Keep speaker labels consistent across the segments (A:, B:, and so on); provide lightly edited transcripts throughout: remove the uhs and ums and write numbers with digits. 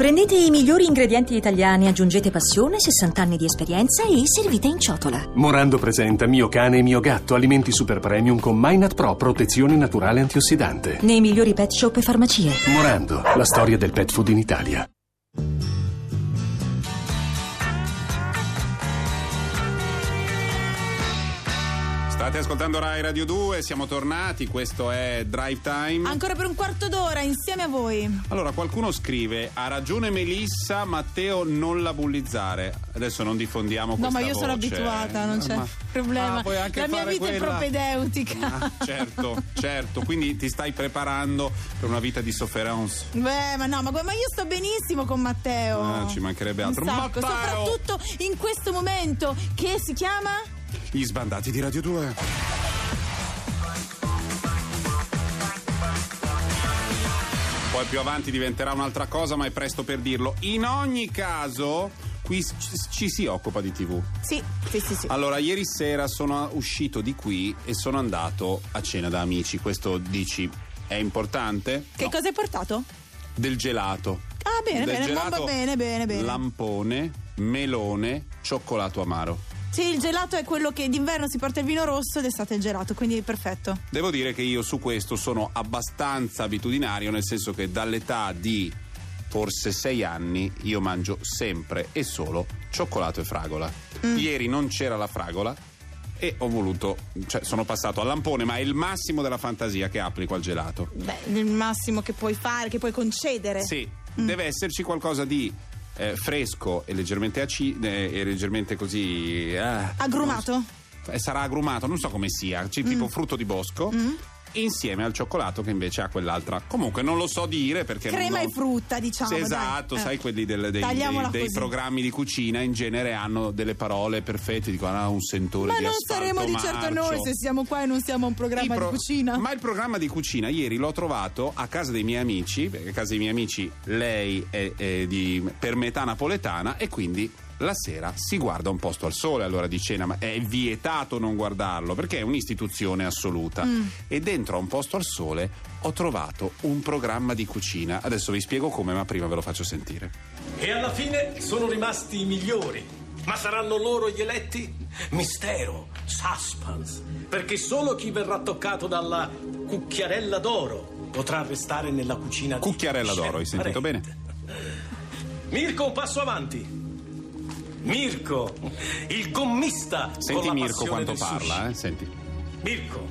A: Prendete i migliori ingredienti italiani, aggiungete passione, 60 anni di esperienza e servite in ciotola.
B: Morando presenta Mio cane e mio gatto, alimenti super premium con Mynat Pro, protezione naturale antiossidante.
A: Nei migliori pet shop e farmacie.
B: Morando, la storia del pet food in Italia.
C: State ascoltando Rai Radio 2, siamo tornati, questo è Drive Time.
D: Ancora per un quarto d'ora insieme a voi.
C: Allora, qualcuno scrive: ha ragione Melissa, Matteo non la bullizzare. Adesso non diffondiamo questa voce.
D: No, ma io sono abituata, non c'è problema.
C: Puoi anche
D: la mia vita
C: quella.
D: è propedeutica.
C: Certo, quindi ti stai preparando per una vita di sofferenza.
D: Beh, ma io sto benissimo con Matteo.
C: Ci mancherebbe altro.
D: Un sacco, soprattutto in questo momento che si chiama...
C: Gli sbandati di Radio 2. Poi più avanti diventerà un'altra cosa, ma è presto per dirlo. In ogni caso, qui ci si occupa di TV.
D: Sì.
C: Allora, ieri sera sono uscito di qui e sono andato a cena da amici. Questo dici, è importante?
D: Che cosa hai portato?
C: Del gelato.
D: Ah, bene,
C: Gelato,
D: bene.
C: Lampone, melone, cioccolato amaro.
D: Sì, il gelato è quello che d'inverno si porta il vino rosso ed estate il gelato, quindi perfetto.
C: Devo dire che io su questo sono abbastanza abitudinario, nel senso che dall'età di forse 6 anni io mangio sempre e solo cioccolato e fragola. Ieri non c'era la fragola e sono passato al lampone, ma è il massimo della fantasia che applico al gelato.
D: Beh, il massimo che puoi fare, che puoi concedere.
C: Sì, deve esserci qualcosa di fresco e leggermente acido e leggermente così
D: agrumato?
C: Sarà agrumato, non so come sia, tipo frutto di bosco, insieme al cioccolato che invece ha quell'altra. Comunque non lo so dire perché
D: crema e frutta, diciamo.
C: Sì, esatto, sai, quelli dei programmi di cucina in genere hanno delle parole perfette, dicono un sentore
D: ma
C: di
D: non
C: asfalto
D: saremo di
C: marcio.
D: certo noi se siamo qua e non siamo un programma di cucina.
C: Ma il programma di cucina ieri l'ho trovato a casa dei miei amici, perché a casa dei miei amici lei è per metà napoletana e quindi la sera si guarda Un posto al sole all'ora di cena, ma è vietato non guardarlo perché è un'istituzione assoluta. E dentro a Un posto al sole ho trovato un programma di cucina. Adesso vi spiego come, ma prima ve lo faccio sentire.
E: E alla fine sono rimasti i migliori. Ma saranno loro gli eletti? Mistero, suspense, perché solo chi verrà toccato dalla cucchiarella d'oro potrà restare nella cucina di
C: Cucchiarella d'oro, hai sentito bene?
E: Mirko, un passo avanti. Mirko, il gommista.
C: Senti Mirko quanto parla, senti.
E: Mirko,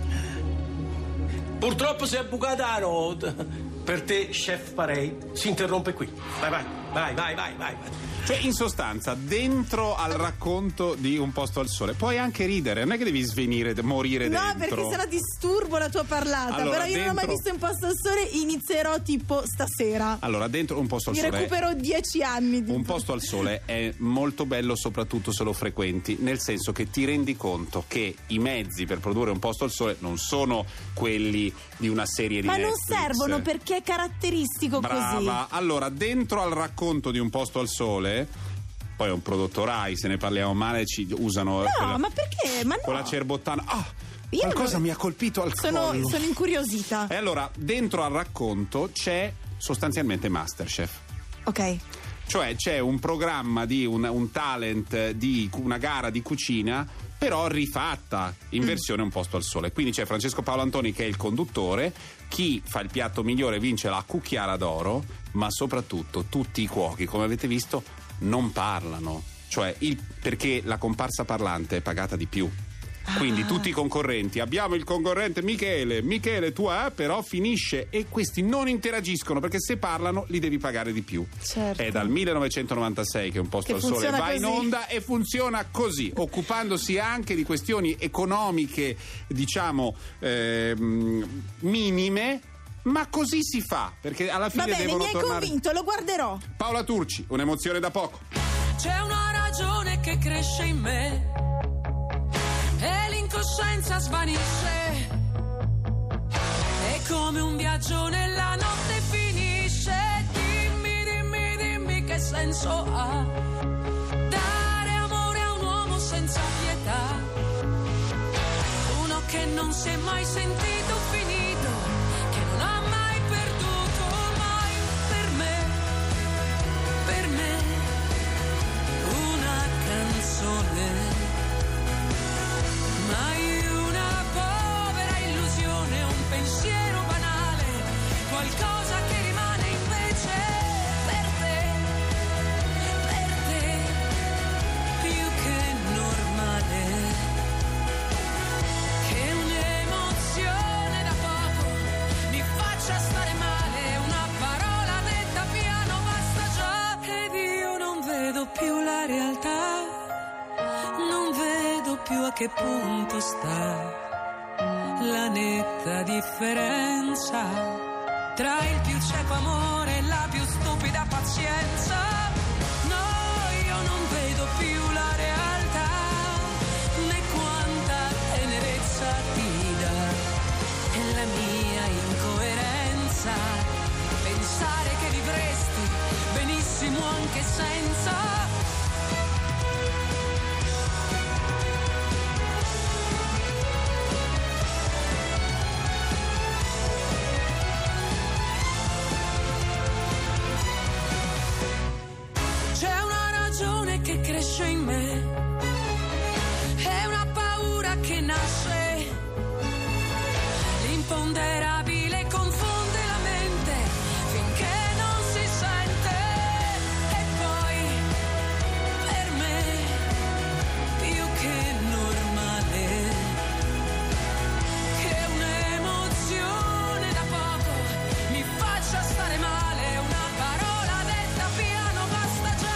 E: purtroppo si è bucata la road. Per te, chef Parei, si interrompe qui. Vai.
C: Cioè, in sostanza, dentro al racconto di Un posto al sole puoi anche ridere, non è che devi svenire, morire dentro.
D: No, perché sennò disturbo la tua parlata.
C: Allora,
D: però io non ho mai visto Un posto al sole, inizierò tipo stasera.
C: Allora, dentro Un posto al sole
D: recupero 10 anni.
C: Un posto al sole è molto bello, soprattutto se lo frequenti, nel senso che ti rendi conto che i mezzi per produrre Un posto al sole non sono quelli di una serie di Netflix.
D: Ma non servono perché è caratteristico.
C: Brava.
D: Così.
C: Allora, dentro al racconto di Un posto al sole, poi è un prodotto Rai, se ne parliamo male ci usano
D: ma perché? Ma no.
C: Con la cerbottana. Qualcosa mi ha colpito al collo.
D: Sono incuriosita.
C: E allora, dentro al racconto c'è sostanzialmente Masterchef.
D: Ok.
C: Cioè c'è un programma di un talent di una gara di cucina, però rifatta in versione Un posto al sole. Quindi c'è Francesco Paolo Antoni che è il conduttore, chi fa il piatto migliore vince la cucchiara d'oro, ma soprattutto tutti i cuochi, come avete visto, non parlano, cioè perché la comparsa parlante è pagata di più. Quindi tutti i concorrenti, abbiamo il concorrente Michele tu però finisce e questi non interagiscono perché se parlano li devi pagare di più.
D: Certo.
C: È dal 1996 che Un posto al sole va in onda e funziona così, occupandosi anche di questioni economiche, diciamo minime. Ma così si fa, perché alla fine devono tornare.
D: Mi hai convinto, lo guarderò.
C: Paola Turci, un'emozione da poco.
F: C'è una ragione che cresce in me e l'incoscienza svanisce. È come un viaggio nella notte finisce. Dimmi che senso ha dare amore a un uomo senza pietà, uno che non si è mai sentito finito, che non ha mai perduto mai per me. che punto sta la netta differenza tra il più cieco amore e la più stupida pazienza. No, io non vedo più la realtà, né quanta tenerezza ti dà. È la mia incoerenza pensare che vivresti benissimo anche senza. Che cresce in me, è una paura che nasce, l'imponderabile confonde la mente finché non si sente, e poi per me più che normale che un'emozione da poco mi faccia stare male, una parola detta piano basta già.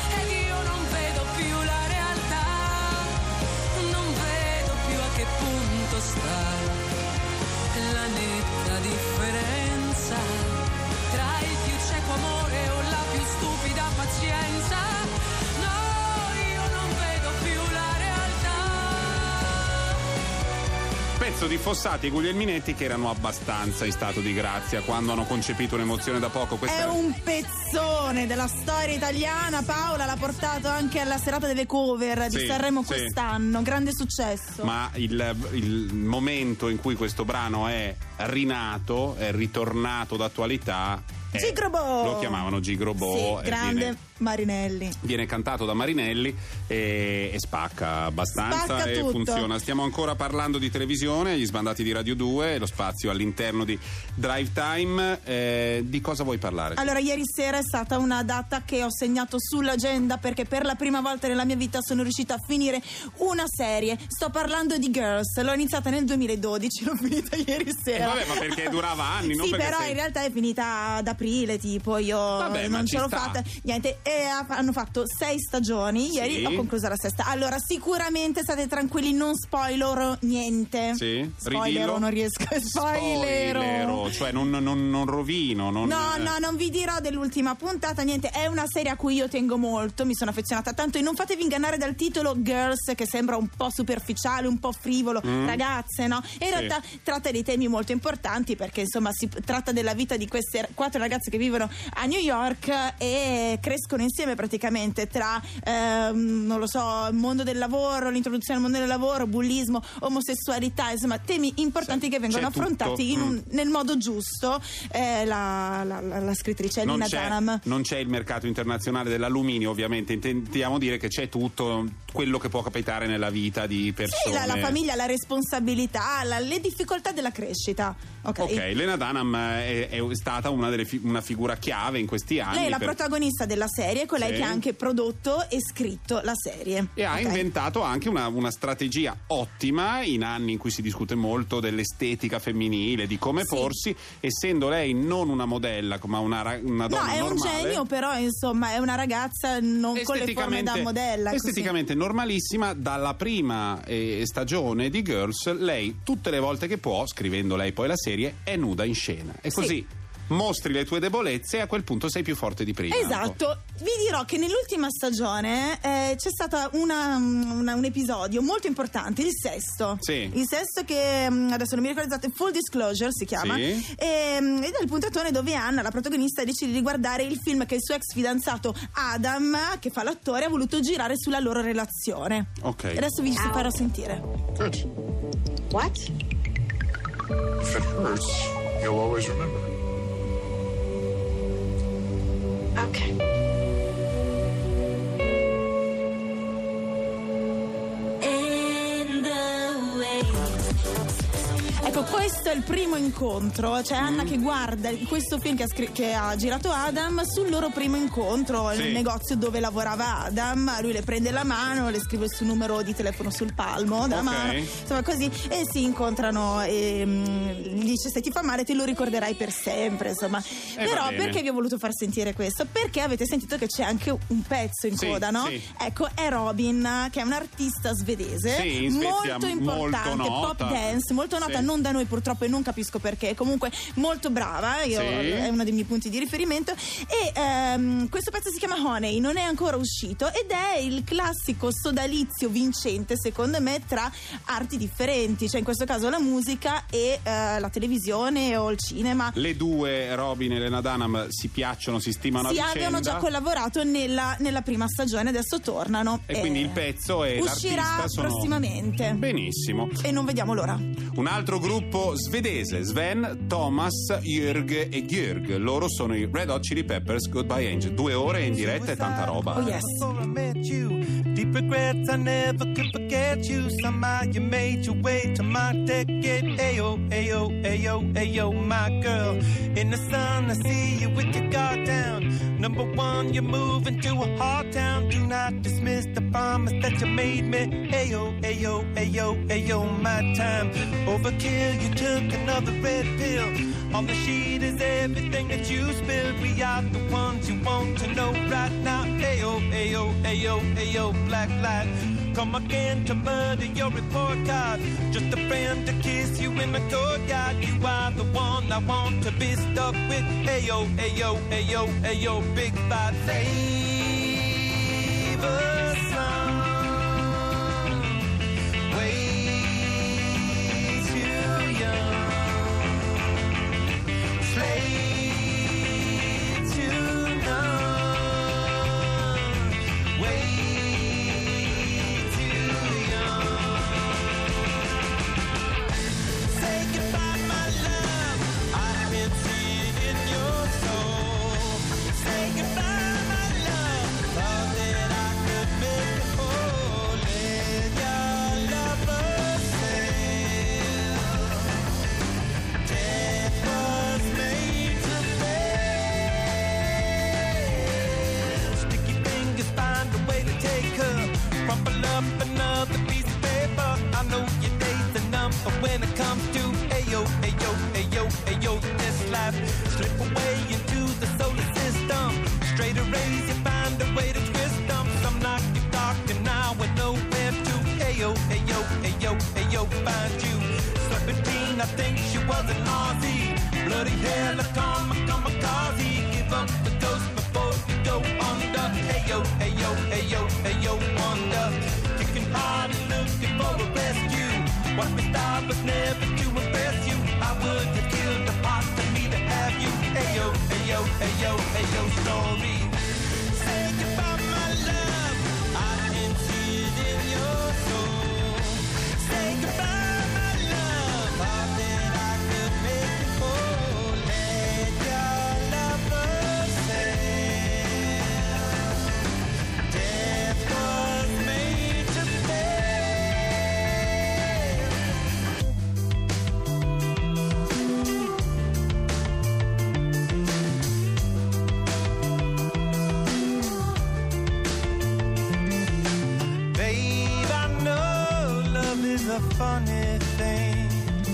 F: La netta differenza tra il più cieco amore o la più stupida pazienza. No, io non vedo più la realtà.
C: Pezzo di Fossati e Guglielminetti che erano abbastanza in stato di grazia quando hanno concepito un'emozione da poco.
D: È un pezzone della storia italiana. Paola l'ha portato anche alla serata delle cover di Sanremo quest'anno, grande successo.
C: Ma il momento in cui questo brano è rinato, è ritornato d'attualità,
D: Gigrobò!
C: Lo chiamavano Gigrobò.
D: Sì, grande Marinelli.
C: Viene cantato da Marinelli e spacca abbastanza,
D: spacca
C: e
D: tutto.
C: funziona. Stiamo ancora parlando di televisione, gli sbandati di Radio 2, lo spazio all'interno di Drive Time. Di cosa vuoi parlare?
D: Allora, ieri sera è stata una data che ho segnato sull'agenda perché per la prima volta nella mia vita sono riuscita a finire una serie. Sto parlando di Girls, l'ho iniziata nel 2012, l'ho finita ieri sera.
C: Vabbè, ma perché durava anni, non
D: sì,
C: perché
D: però in realtà è finita ad aprile, tipo, io non ce l'ho fatta. Niente, hanno fatto 6 stagioni, ieri ho concluso la sesta. Allora, sicuramente state tranquilli, non spoiler niente.
C: Sì,
D: spoiler, non riesco a spoiler.
C: Cioè non rovino.
D: No, non vi dirò dell'ultima puntata, niente, è una serie a cui io tengo molto, mi sono affezionata tanto e non fatevi ingannare dal titolo Girls, che sembra un po' superficiale, un po' frivolo, ragazze, no? E in realtà tratta dei temi molto importanti perché insomma si tratta della vita di queste 4 ragazze che vivono a New York e crescono insieme praticamente tra non lo so, il mondo del lavoro, l'introduzione al mondo del lavoro, bullismo, omosessualità, insomma temi importanti che vengono affrontati nel modo giusto. La scrittrice Lena Dunham.
C: Non c'è il mercato internazionale dell'alluminio, ovviamente, intendiamo dire che c'è tutto quello che può capitare nella vita di persone.
D: Sì, la famiglia, la responsabilità, le difficoltà della crescita. Ok,
C: Lena Dunham è stata una figura chiave in questi anni.
D: Lei è la protagonista della serie, colei che ha anche prodotto e scritto la serie.
C: E ha inventato anche una strategia ottima in anni in cui si discute molto dell'estetica femminile, di come porsi, essendo lei non una modella, ma una donna normale.
D: No, è un genio, però insomma è una ragazza non con le forme da modella.
C: Esteticamente normalissima. Dalla prima stagione di Girls, lei tutte le volte che può, scrivendo lei poi la serie, è nuda in scena. E così mostri le tue debolezze e a quel punto sei più forte di prima.
D: Esatto. Vi dirò che nell'ultima stagione c'è stato un episodio molto importante, il sesto.
C: Sì.
D: Il sesto che adesso non mi ricordo esatto, Full Disclosure si chiama.
C: Sì.
D: Ed è il puntatone dove Anna, la protagonista, decide di guardare il film che il suo ex fidanzato Adam, che fa l'attore, ha voluto girare sulla loro relazione.
C: Ok.
D: Adesso vi farò sentire.
G: Good.
H: What?
G: If it hurts, you'll always remember.
H: Okay.
D: Ecco, Ecco, questo è il primo incontro. C'è Anna che guarda questo film che ha girato Adam sul loro primo incontro nel negozio dove lavorava Adam. Lui le prende la mano, le scrive il suo numero di telefono sul palmo della mano, insomma così, e si incontrano e gli dice: se ti fa male te lo ricorderai per sempre, insomma. Però perché vi ho voluto far sentire questo? Perché avete sentito che c'è anche un pezzo in coda, no? Sì. Ecco, è Robin, che è un artista svedese molto importante, molto pop dance, molto nota, non da noi purtroppo, e non capisco perché, comunque molto brava, è uno dei miei punti di riferimento. E questo pezzo si chiama Honey, non è ancora uscito ed è il classico sodalizio vincente, secondo me, tra arti differenti, cioè in questo caso la musica e la televisione o il cinema.
C: Le due, Robin e Lena Dunham, si piacciono, si stimano a vicenda.
D: Avevano già collaborato nella prima stagione, adesso tornano.
C: E quindi il pezzo e
D: uscirà
C: l'artista sono...
D: prossimamente.
C: Benissimo.
D: E non vediamo l'ora.
C: Un altro gruppo svedese, Sven, Thomas, Jörg e Georg. Loro sono i Red Hot Chili Peppers, Goodbye Angel. 2 ore in diretta e tanta roba.
D: Oh yes.
I: Deep regrets, I never could forget you. Somehow you made your way to my decade. Ayo, ayo, ayo, ayo, my girl. In the sun, I see you with your guard down. Number one, you're moving to a hard town. Do not dismiss the promise that you made me. Ayo, ayo, ayo, ayo, my time. Overkill, you took another red pill. On the sheet is everything that you spilled. We are the ones you want to know right now. Ayo, ayo, ayo, ayo, black light. Come again to murder your report card. Just a friend to kiss you in the courtyard. You are the one I want to be stuck with. Ayo, ayo, ayo, ayo, big bad. Save a song. Way too young. Slave too numb. Way too young. Say goodbye, my love. I've been seeing in your soul. Say goodbye, my love. Thought that I could make it whole. Let your lover sail. Death was made to fail. Sticky fingers find a way to take her. Crumple up another piece of paper. I know your days are numb, but when it comes to ayo, ayo, ayo, ayo, this life, slip away into the solar system. Straighter rays, you find a way to twist them. Some knock you dark and now with nowhere to. Ayo, ayo, ayo, ayo, find you. Serpentine, I think she was an Aussie. Bloody hell, a kamikaze. Give up the ghost before you go under. Ayo, ayo, ayo, ayo, wonder. Kicking hard and looking for a rescue. What we thought was never to impress you. I would have killed a part of me to have you. Ayo, ayo, ayo, ayo, story. Say goodbye, my love. I can see it in your soul. Say goodbye, my love. Thought that I could make it whole. Let your lover sail. Death was made to fail. Babe, I know love is a funny thing.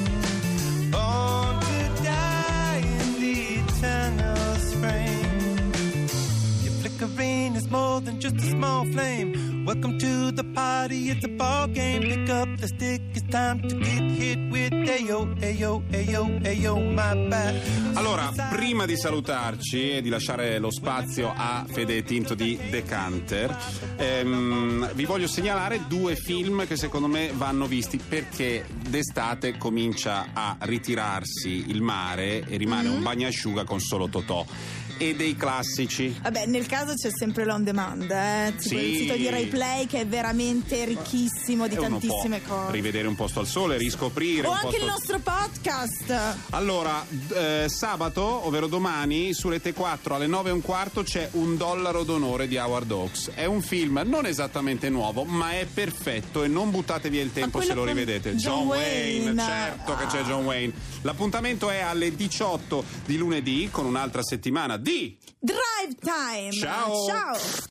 I: Born to die in the eternal spring. Your flickering is more than just a small flame. Welcome to the party, it's a ball game. Pick up the stick, it's time to get hit with ayo, ayo, ayo, ayo, my bad.
C: Allora, prima di salutarci e di lasciare lo spazio a Fede Tinto di Decanter, vi voglio segnalare 2 film che secondo me vanno visti, perché d'estate comincia a ritirarsi il mare e rimane un bagnasciuga con solo Totò. e dei classici.
D: Vabbè, nel caso c'è sempre l'on demand, tipo
C: Sì.
D: il sito di Rai Play che è veramente ricchissimo di
C: E uno
D: tantissime
C: può
D: cose.
C: rivedere Un posto al sole, riscoprire
D: O
C: un
D: anche
C: posto...
D: il nostro podcast.
C: Allora, sabato, ovvero domani, su Rete 4 alle 9:15 c'è Un dollaro d'onore di Howard Hawks. È un film non esattamente nuovo, ma è perfetto e non buttate via il tempo se lo
D: quello con
C: rivedete.
D: John Wayne.
C: Certo che c'è John Wayne. L'appuntamento è alle 18 di lunedì con un'altra settimana di
D: Drive Time.
C: Ciao.
D: Ciao.